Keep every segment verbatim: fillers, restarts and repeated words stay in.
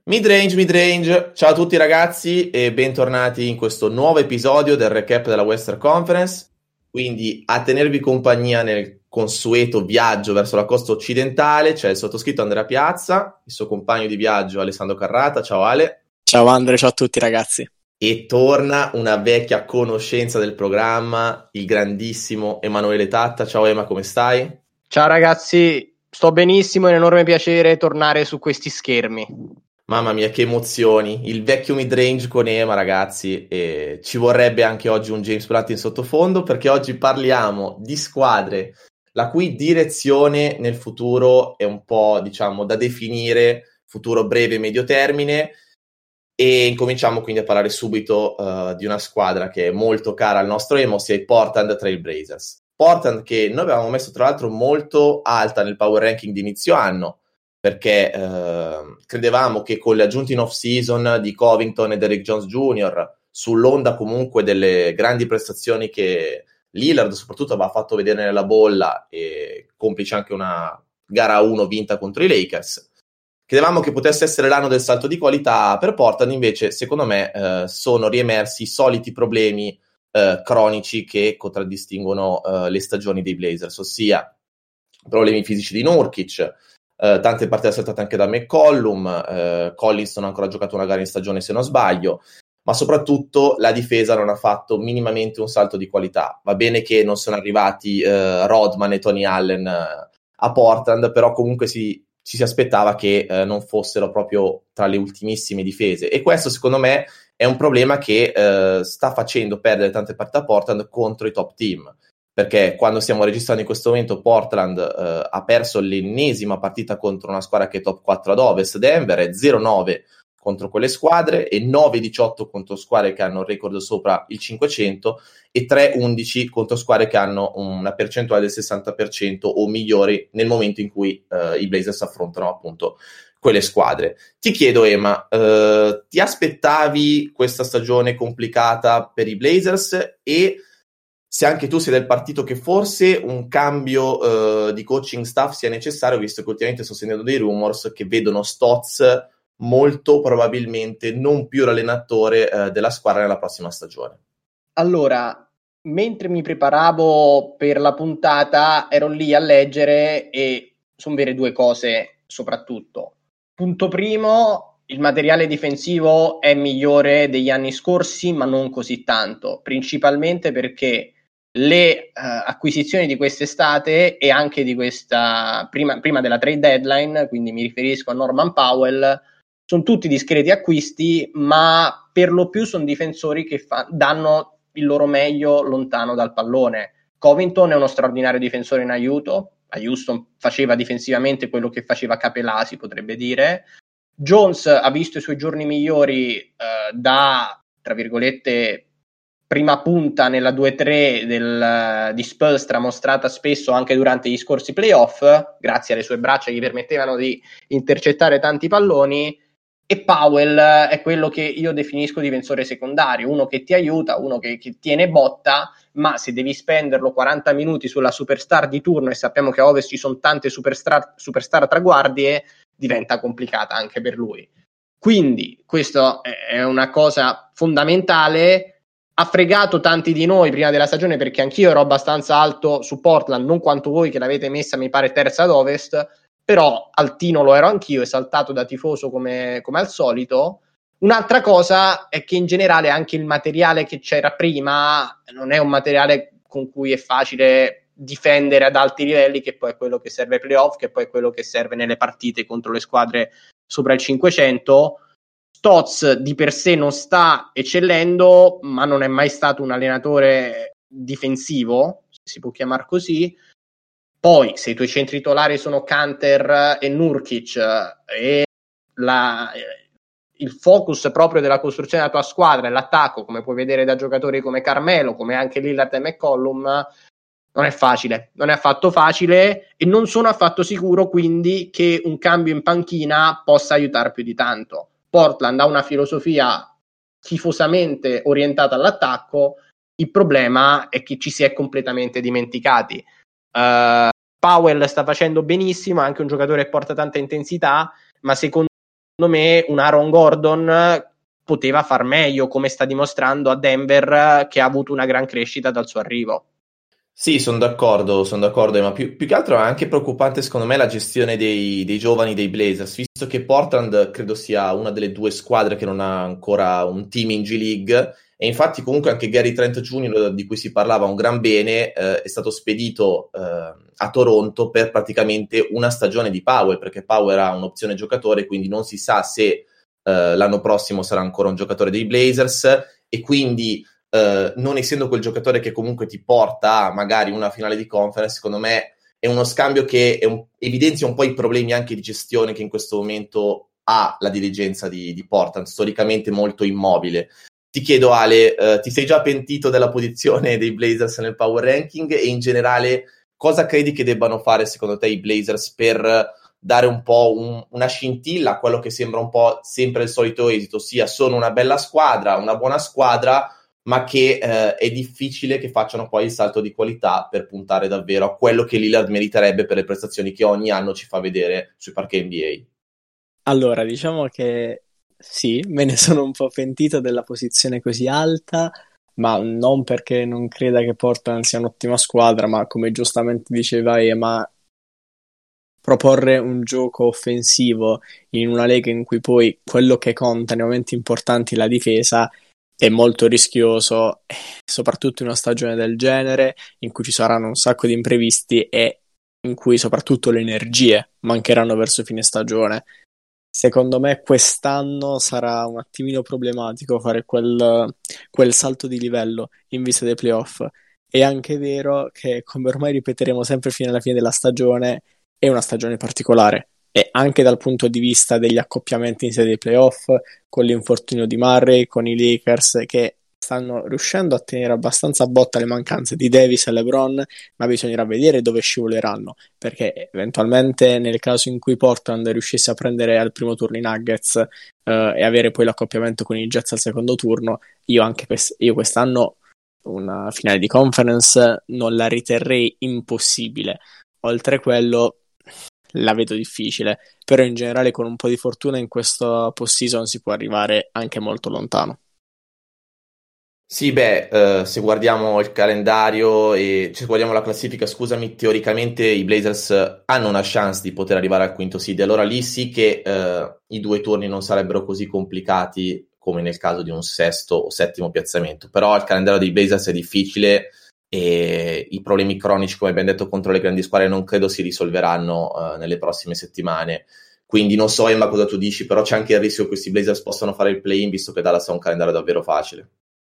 Midrange, midrange, ciao a tutti ragazzi e bentornati in questo nuovo episodio del recap della Western Conference. Quindi a tenervi compagnia nel consueto viaggio verso la costa occidentale c'è il sottoscritto Andrea Piazza, il suo compagno di viaggio Alessandro Carrata. Ciao Ale. Ciao Andre, ciao a tutti ragazzi. E torna una vecchia conoscenza del programma, il grandissimo Emanuele Tatta. Ciao Ema, come stai? Ciao ragazzi, sto benissimo, è un enorme piacere tornare su questi schermi. Mamma mia, che emozioni! Il vecchio midrange con Ema, ragazzi, e ci vorrebbe anche oggi un James Platt in sottofondo, perché oggi parliamo di squadre la cui direzione nel futuro è un po', diciamo, da definire, futuro breve e medio termine, e incominciamo quindi a parlare subito uh, di una squadra che è molto cara al nostro Emo, ossia i Portland Trail Blazers. Portland che noi avevamo messo tra l'altro molto alta nel power ranking di inizio anno, perché eh, credevamo che con le aggiunte in off-season di Covington e Derrick Jones Junior, sull'onda comunque delle grandi prestazioni che Lillard soprattutto aveva fatto vedere nella bolla, e complice anche una gara uno vinta contro i Lakers, credevamo che potesse essere l'anno del salto di qualità per Portland. Invece secondo me eh, sono riemersi i soliti problemi eh, cronici che contraddistinguono eh, le stagioni dei Blazers, ossia problemi fisici di Nurkic, Uh, tante partite saltate anche da McCollum, uh, Collins non ha ancora giocato una gara in stagione se non sbaglio, ma soprattutto la difesa non ha fatto minimamente un salto di qualità. Va bene che non sono arrivati uh, Rodman e Tony Allen uh, a Portland, però comunque si, ci si aspettava che uh, non fossero proprio tra le ultimissime difese, e questo secondo me è un problema che uh, sta facendo perdere tante partite a Portland contro i top team, perché quando stiamo registrando in questo momento Portland eh, ha perso l'ennesima partita contro una squadra che è top quattro ad Ovest, Denver, è zero nove contro quelle squadre e nove diciotto contro squadre che hanno un record sopra il cinquecento e tre undici contro squadre che hanno una percentuale del sessanta per cento o migliori nel momento in cui eh, i Blazers affrontano appunto quelle squadre. Ti chiedo Ema, eh, ti aspettavi questa stagione complicata per i Blazers, e se anche tu sei del partito che forse un cambio uh, di coaching staff sia necessario, visto che ultimamente sto sentendo dei rumors che vedono Stotts molto probabilmente non più l'allenatore uh, della squadra nella prossima stagione. Allora, mentre mi preparavo per la puntata ero lì a leggere e sono vere due cose soprattutto. Punto primo, il materiale difensivo è migliore degli anni scorsi, ma non così tanto, principalmente perché le uh, acquisizioni di quest'estate e anche di questa prima, prima della trade deadline, quindi mi riferisco a Norman Powell, sono tutti discreti acquisti, ma per lo più sono difensori che fa- danno il loro meglio lontano dal pallone. Covington è uno straordinario difensore in aiuto, a Houston faceva difensivamente quello che faceva Capelà, si potrebbe dire. Jones ha visto i suoi giorni migliori uh, da, tra virgolette, prima punta nella due tre del, di Spoelstra, mostrata spesso anche durante gli scorsi playoff, grazie alle sue braccia che gli permettevano di intercettare tanti palloni. E Powell è quello che io definisco difensore secondario, uno che ti aiuta, uno che, che tiene botta, ma se devi spenderlo quaranta minuti sulla superstar di turno, e sappiamo che a Ovest ci sono tante superstar, superstar a traguardie, diventa complicata anche per lui. Quindi questo è una cosa fondamentale. Ha fregato tanti di noi prima della stagione, perché anch'io ero abbastanza alto su Portland, non quanto voi che l'avete messa mi pare terza ad Ovest, però altino lo ero anch'io, esaltato da tifoso come, come al solito. Un'altra cosa è che in generale anche il materiale che c'era prima non è un materiale con cui è facile difendere ad alti livelli, che poi è quello che serve ai playoff, che poi è quello che serve nelle partite contro le squadre sopra il cinquecento. Stotts di per sé non sta eccellendo, ma non è mai stato un allenatore difensivo, se si può chiamare così. Poi, se i tuoi centri titolari sono Kanter e Nurkic e la, il focus proprio della costruzione della tua squadra è l'attacco, come puoi vedere da giocatori come Carmelo, come anche Lillard e McCollum, non è facile, non è affatto facile, e non sono affatto sicuro quindi che un cambio in panchina possa aiutare più di tanto. Portland ha una filosofia tifosamente orientata all'attacco, il problema è che ci si è completamente dimenticati. Uh, Powell sta facendo benissimo, è anche un giocatore che porta tanta intensità, ma secondo secondo me un Aaron Gordon poteva far meglio, come sta dimostrando a Denver, che ha avuto una gran crescita dal suo arrivo. Sì, sono d'accordo, sono d'accordo, ma più, più che altro è anche preoccupante secondo me la gestione dei, dei giovani dei Blazers, visto che Portland credo sia una delle due squadre che non ha ancora un team in G League, e infatti comunque anche Gary Trent Junior, di cui si parlava un gran bene, eh, è stato spedito eh, a Toronto per praticamente una stagione di Powell, perché Powell ha un'opzione giocatore, quindi non si sa se eh, l'anno prossimo sarà ancora un giocatore dei Blazers, e quindi Uh, non essendo quel giocatore che comunque ti porta a magari una finale di conference, secondo me è uno scambio che è un, evidenzia un po' i problemi anche di gestione che in questo momento ha la dirigenza di, di Portland, storicamente molto immobile. Ti chiedo, Ale, uh, ti sei già pentito della posizione dei Blazers nel power ranking, e in generale cosa credi che debbano fare secondo te i Blazers per dare un po' un, una scintilla a quello che sembra un po' sempre il solito esito, ossia sono una bella squadra, una buona squadra, ma che eh, è difficile che facciano poi il salto di qualità per puntare davvero a quello che Lillard meriterebbe per le prestazioni che ogni anno ci fa vedere sui parquet N B A. Allora, diciamo che sì, me ne sono un po' pentito della posizione così alta, ma non perché non creda che Portland sia un'ottima squadra, ma come giustamente diceva Ema, proporre un gioco offensivo in una lega in cui poi quello che conta nei momenti importanti è la difesa è molto rischioso, soprattutto in una stagione del genere in cui ci saranno un sacco di imprevisti e in cui soprattutto le energie mancheranno verso fine stagione. Secondo me quest'anno sarà un attimino problematico fare quel, quel salto di livello in vista dei playoff. È anche vero che, come ormai ripeteremo sempre fino alla fine della stagione, è una stagione particolare, e anche dal punto di vista degli accoppiamenti in sede dei playoff, con l'infortunio di Murray, con i Lakers che stanno riuscendo a tenere abbastanza a botta le mancanze di Davis e LeBron, ma bisognerà vedere dove scivoleranno, perché eventualmente nel caso in cui Portland riuscisse a prendere al primo turno i Nuggets eh, e avere poi l'accoppiamento con i Jets al secondo turno, io anche quest- io quest'anno una finale di conference non la riterrei impossibile. Oltre a quello la vedo difficile, però in generale con un po' di fortuna in questo postseason si può arrivare anche molto lontano. Sì, beh, eh, se guardiamo il calendario e se guardiamo la classifica, scusami, teoricamente i Blazers hanno una chance di poter arrivare al quinto seed, allora lì sì che eh, i due turni non sarebbero così complicati come nel caso di un sesto o settimo piazzamento, però il calendario dei Blazers è difficile e i problemi cronici, come abbiamo detto, contro le grandi squadre non credo si risolveranno uh, nelle prossime settimane, quindi non so Emma cosa tu dici, però c'è anche il rischio che questi Blazers possano fare il play-in, visto che Dallas ha un calendario davvero facile.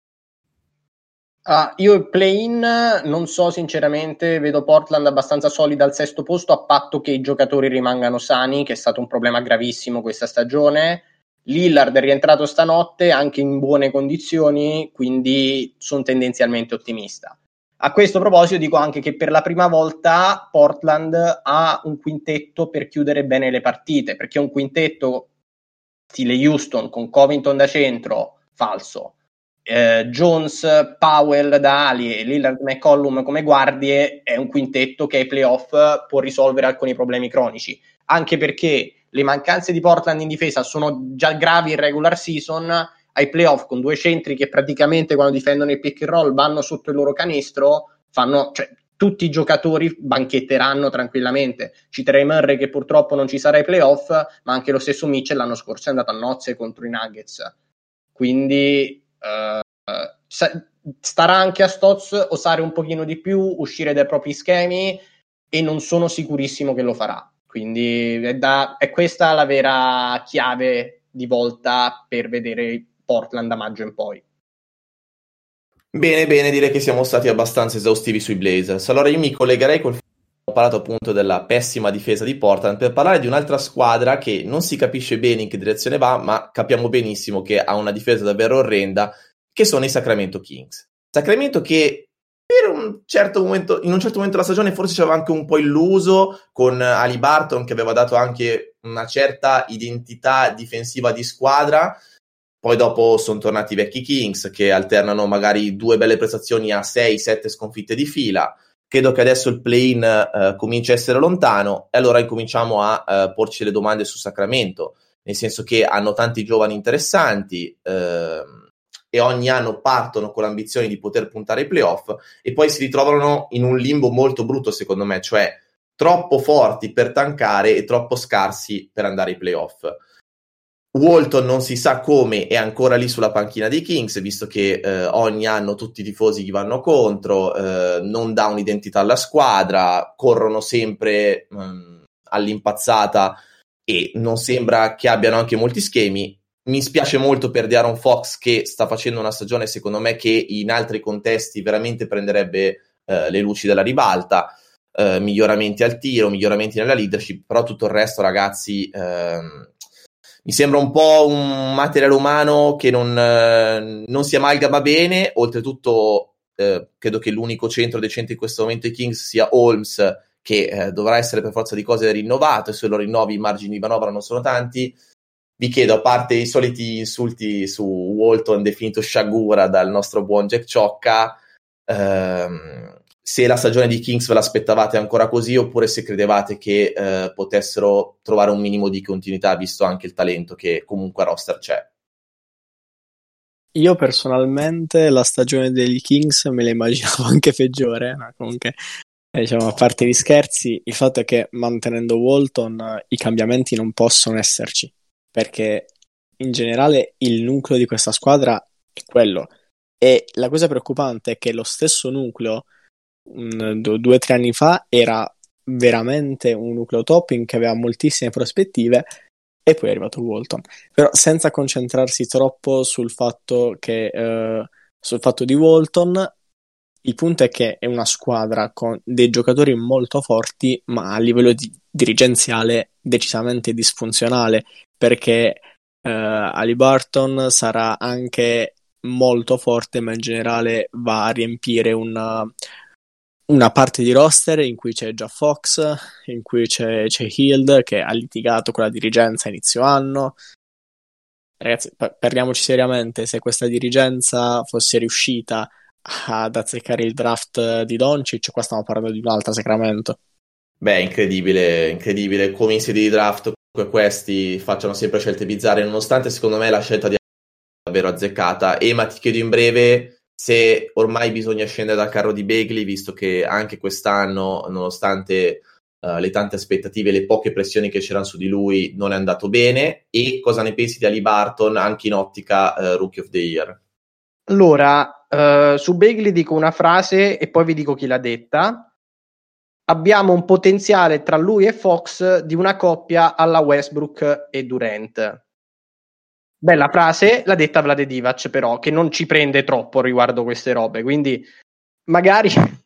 Uh, io il play-in non so sinceramente, vedo Portland abbastanza solida al sesto posto, a patto che i giocatori rimangano sani, che è stato un problema gravissimo questa stagione. Lillard è rientrato stanotte anche in buone condizioni, quindi sono tendenzialmente ottimista. A questo proposito dico anche che per la prima volta Portland ha un quintetto per chiudere bene le partite, perché un quintetto stile Houston con Covington da centro, falso, eh, Jones, Powell da ali e Lillard McCollum come guardie, è un quintetto che ai playoff può risolvere alcuni problemi cronici, anche perché le mancanze di Portland in difesa sono già gravi in regular season. Ai playoff con due centri che praticamente quando difendono il pick and roll vanno sotto il loro canestro, fanno, cioè, tutti i giocatori banchetteranno tranquillamente. Citerei Murray che purtroppo non ci sarà ai playoff, ma anche lo stesso Mitchell l'anno scorso è andato a nozze contro i Nuggets, quindi uh, starà anche a Stotts osare un pochino di più, uscire dai propri schemi, e non sono sicurissimo che lo farà, quindi è, da, è questa la vera chiave di volta per vedere Portland da maggio in poi. Bene, bene, direi che siamo stati abbastanza esaustivi sui Blazers. Allora io mi collegherei col fatto che ho parlato appunto della pessima difesa di Portland per parlare di un'altra squadra che non si capisce bene in che direzione va, ma capiamo benissimo che ha una difesa davvero orrenda, che sono i Sacramento Kings. Sacramento che per un certo momento, in un certo momento della stagione forse ci aveva anche un po' illuso con Ali Barton, che aveva dato anche una certa identità difensiva di squadra. Poi dopo sono tornati i vecchi Kings che alternano magari due belle prestazioni a sei sette sconfitte di fila. Credo che adesso il play-in eh, cominci a essere lontano, e allora incominciamo a eh, porci le domande su Sacramento. nel senso che hanno tanti giovani interessanti, ehm, e ogni anno partono con l'ambizione di poter puntare ai playoff e poi si ritrovano in un limbo molto brutto secondo me, cioè troppo forti per tankare e troppo scarsi per andare ai playoff. Walton non si sa come è ancora lì sulla panchina dei Kings, visto che eh, ogni anno tutti i tifosi gli vanno contro, eh, non dà un'identità alla squadra, corrono sempre mh, all'impazzata e non sembra che abbiano anche molti schemi. Mi spiace molto per De'Aaron Fox, che sta facendo una stagione secondo me che in altri contesti veramente prenderebbe eh, le luci della ribalta, eh, miglioramenti al tiro, miglioramenti nella leadership, però tutto il resto ragazzi ehm, mi sembra un po' un materiale umano che non, eh, non si amalgama bene. Oltretutto eh, credo che l'unico centro decente in questo momento ai Kings sia Holmes, che eh, dovrà essere per forza di cose rinnovato, e se lo rinnovi i margini di manovra non sono tanti. Vi chiedo, a parte i soliti insulti su Walton definito sciagura dal nostro buon Jack Ciocca, ehm, se la stagione di Kings ve l'aspettavate ancora così, oppure se credevate che eh, potessero trovare un minimo di continuità, visto anche il talento che comunque a roster c'è. Io personalmente la stagione degli Kings me la immaginavo anche peggiore, ma comunque diciamo, a parte gli scherzi, il fatto è che mantenendo Walton i cambiamenti non possono esserci, perché in generale il nucleo di questa squadra è quello, e la cosa preoccupante è che lo stesso nucleo un, due o tre anni fa era veramente un nucleo top in che aveva moltissime prospettive, e poi è arrivato Walton, però senza concentrarsi troppo sul fatto che eh, sul fatto di Walton. Il punto è che è una squadra con dei giocatori molto forti, ma a livello di- dirigenziale decisamente disfunzionale, perché eh, Haliburton sarà anche molto forte, ma in generale va a riempire una, una parte di roster in cui c'è già Fox, in cui c'è, c'è Hield, che ha litigato con la dirigenza a inizio anno. Ragazzi, pa- parliamoci seriamente, se questa dirigenza fosse riuscita ad azzeccare il draft di Doncic, qua stiamo parlando di un'altra Sacramento. Beh, incredibile, incredibile come in sede di draft questi facciano sempre scelte bizzarre, nonostante secondo me la scelta di davvero azzeccata. E ma ti chiedo in breve se ormai bisogna scendere dal carro di Bagley, visto che anche quest'anno, nonostante uh, le tante aspettative e le poche pressioni che c'erano su di lui, non è andato bene. E cosa ne pensi di Haliburton anche in ottica uh, Rookie of the Year? Allora, uh, su Bagley dico una frase e poi vi dico chi l'ha detta. Abbiamo un potenziale tra lui e Fox di una coppia alla Westbrook e Durant. Bella frase, l'ha detta Vlade Divac, però, che non ci prende troppo riguardo queste robe, quindi magari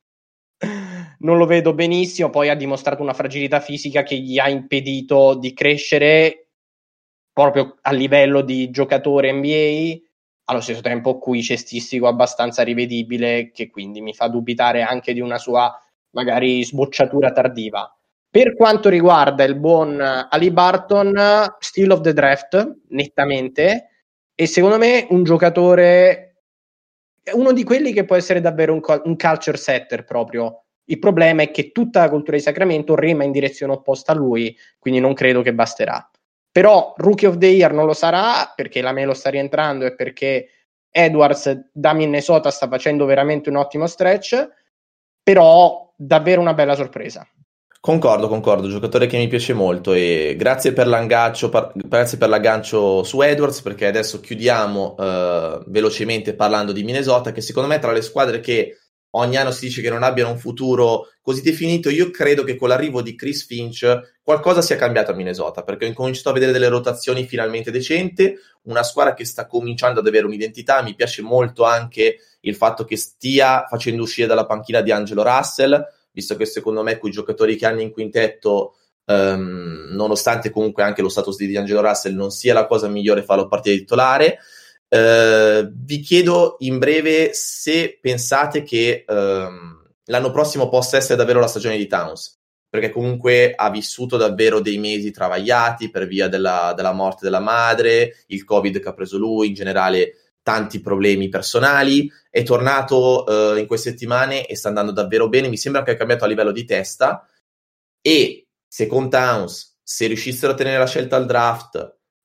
non lo vedo benissimo. Poi ha dimostrato una fragilità fisica che gli ha impedito di crescere proprio a livello di giocatore N B A, allo stesso tempo Q I cestistico abbastanza rivedibile, che quindi mi fa dubitare anche di una sua magari sbocciatura tardiva. Per quanto riguarda il buon Haliburton, steal of the draft, nettamente, e secondo me un giocatore, uno di quelli che può essere davvero un, un culture setter proprio. Il problema è che tutta la cultura di Sacramento rema in direzione opposta a lui, quindi non credo che basterà. Però Rookie of the Year non lo sarà, perché la Melo sta rientrando e perché Edwards da Minnesota sta facendo veramente un ottimo stretch, però davvero una bella sorpresa. Concordo, concordo, giocatore che mi piace molto, e grazie per l'aggancio, par- grazie per l'aggancio su Edwards, perché adesso chiudiamo eh, velocemente parlando di Minnesota, che secondo me tra le squadre che ogni anno si dice che non abbiano un futuro così definito, io credo che con l'arrivo di Chris Finch qualcosa sia cambiato a Minnesota, perché ho incominciato a vedere delle rotazioni finalmente decenti, una squadra che sta cominciando ad avere un'identità. Mi piace molto anche il fatto che stia facendo uscire dalla panchina di Angelo Russell, visto che secondo me quei giocatori che hanno in quintetto, um, nonostante comunque anche lo status di D'Angelo Russell non sia la cosa migliore farlo partire titolare. Uh, vi chiedo in breve se pensate che um, l'anno prossimo possa essere davvero la stagione di Towns, perché comunque ha vissuto davvero dei mesi travagliati per via della, della morte della madre, il Covid che ha preso lui, in generale tanti problemi personali. È tornato uh, in queste settimane e sta andando davvero bene, mi sembra che ha cambiato a livello di testa. E se con Towns, se riuscissero a tenere la scelta al draft,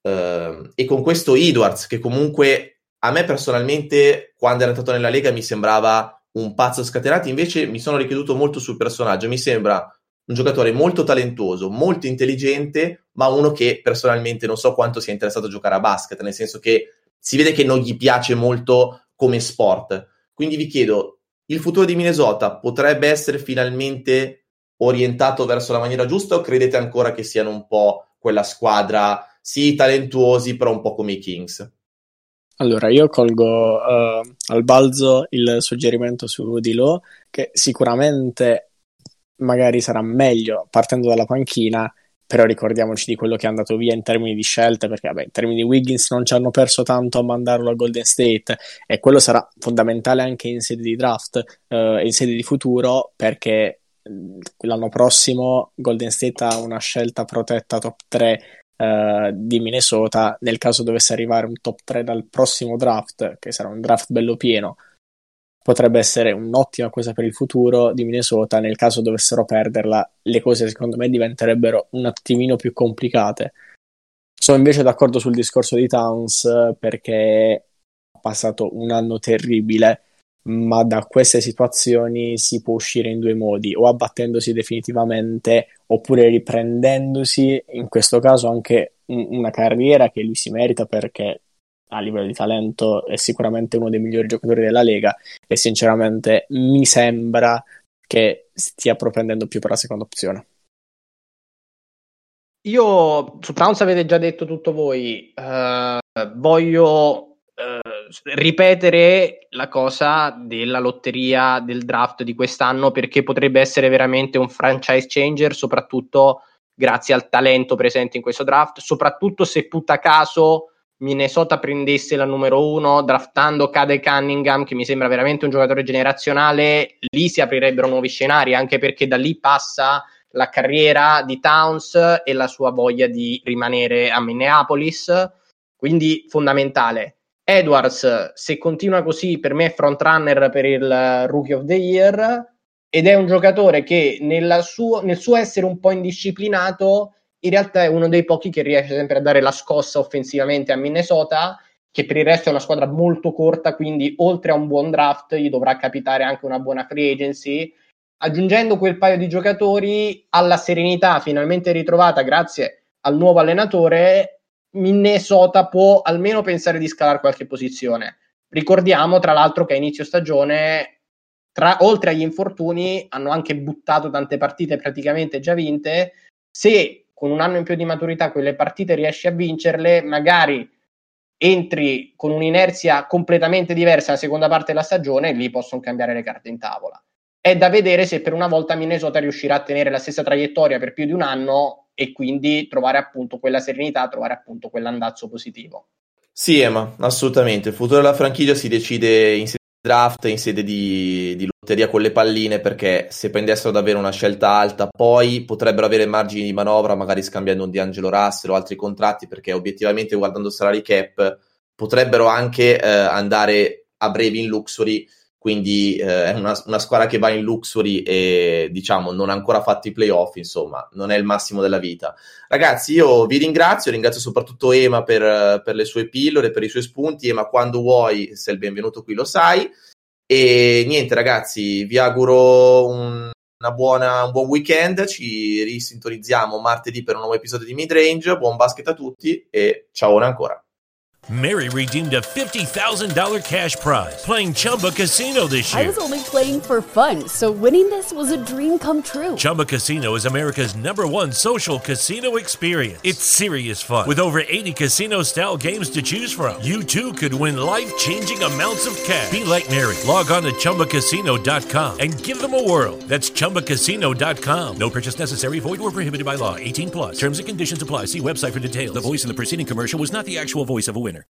uh, e con questo Edwards, che comunque a me personalmente, quando era entrato nella Lega, mi sembrava un pazzo scatenato, invece mi sono ricreduto molto sul personaggio, mi sembra un giocatore molto talentuoso, molto intelligente, ma uno che personalmente non so quanto sia interessato a giocare a basket, nel senso che si vede che non gli piace molto come sport. Quindi vi chiedo, il futuro di Minnesota potrebbe essere finalmente orientato verso la maniera giusta, o credete ancora che siano un po' quella squadra, sì, talentuosi, però un po' come i Kings? Allora, io colgo uh, al balzo il suggerimento su di Lo, che sicuramente magari sarà meglio partendo dalla panchina, però ricordiamoci di quello che è andato via in termini di scelte, perché vabbè, in termini di Wiggins non ci hanno perso tanto a mandarlo a Golden State, e quello sarà fondamentale anche in sede di draft e uh, in sede di futuro, perché l'anno prossimo Golden State ha una scelta protetta top tre Uh, di Minnesota. Nel caso dovesse arrivare un top tre dal prossimo draft, che sarà un draft bello pieno, potrebbe essere un'ottima cosa per il futuro di Minnesota. Nel caso dovessero perderla, le cose secondo me diventerebbero un attimino più complicate. Sono invece d'accordo sul discorso di Towns, perché ha passato un anno terribile, ma da queste situazioni si può uscire in due modi: o abbattendosi definitivamente, oppure riprendendosi, in questo caso anche un- una carriera che lui si merita, perché a livello di talento è sicuramente uno dei migliori giocatori della Lega, e sinceramente mi sembra che stia propendendo più per la seconda opzione. Io su Towns avete già detto tutto voi. Uh, voglio ripetere la cosa della lotteria del draft di quest'anno, perché potrebbe essere veramente un franchise changer, soprattutto grazie al talento presente in questo draft, soprattutto se putta caso Minnesota prendesse la numero uno draftando Cade Cunningham, che mi sembra veramente un giocatore generazionale. Lì si aprirebbero nuovi scenari, anche perché da lì passa la carriera di Towns e la sua voglia di rimanere a Minneapolis, quindi fondamentale. Edwards, se continua così, per me è frontrunner per il Rookie of the Year, ed è un giocatore che nella suo, nel suo essere un po' indisciplinato, in realtà è uno dei pochi che riesce sempre a dare la scossa offensivamente a Minnesota, che per il resto è una squadra molto corta, quindi oltre a un buon draft gli dovrà capitare anche una buona free agency. Aggiungendo quel paio di giocatori, alla serenità finalmente ritrovata grazie al nuovo allenatore, Minnesota può almeno pensare di scalare qualche posizione. Ricordiamo tra l'altro che a inizio stagione, tra, oltre agli infortuni, hanno anche buttato tante partite praticamente già vinte. Se con un anno in più di maturità quelle partite riesci a vincerle, magari entri con un'inerzia completamente diversa alla seconda parte della stagione, e lì possono cambiare le carte in tavola. È da vedere se per una volta Minnesota riuscirà a tenere la stessa traiettoria per più di un anno, e quindi trovare appunto quella serenità, trovare appunto quell'andazzo positivo. Sì, Emma, assolutamente. Il futuro della franchigia si decide in sede di draft, in sede di, di lotteria con le palline, perché se prendessero davvero una scelta alta, poi potrebbero avere margini di manovra, magari scambiando un D'Angelo Russell o altri contratti, perché obiettivamente, guardando il salary cap, potrebbero anche eh, andare a breve in luxury. Quindi eh, è una, una squadra che va in luxury e, diciamo, non ha ancora fatto i playoff, insomma, non è il massimo della vita. Ragazzi, io vi ringrazio, ringrazio soprattutto Ema per, per le sue pillole, per i suoi spunti. Ema, quando vuoi, sei il benvenuto qui, lo sai. E niente, ragazzi, vi auguro un, una buona, un buon weekend, ci risintonizziamo martedì per un nuovo episodio di Midrange. Buon basket a tutti e ciao ancora. Mary redeemed a fifty thousand dollars cash prize playing Chumba Casino this year. I was only playing for fun, so winning this was a dream come true. Chumba Casino is America's number one social casino experience. It's serious fun. With over eighty casino-style games to choose from, you too could win life-changing amounts of cash. Be like Mary. Log on to Chumba Casino dot com and give them a whirl. That's Chumba Casino dot com. No purchase necessary. Void or prohibited by law. eighteen plus. Terms and conditions apply. See website for details. The voice in the preceding commercial was not the actual voice of a winner.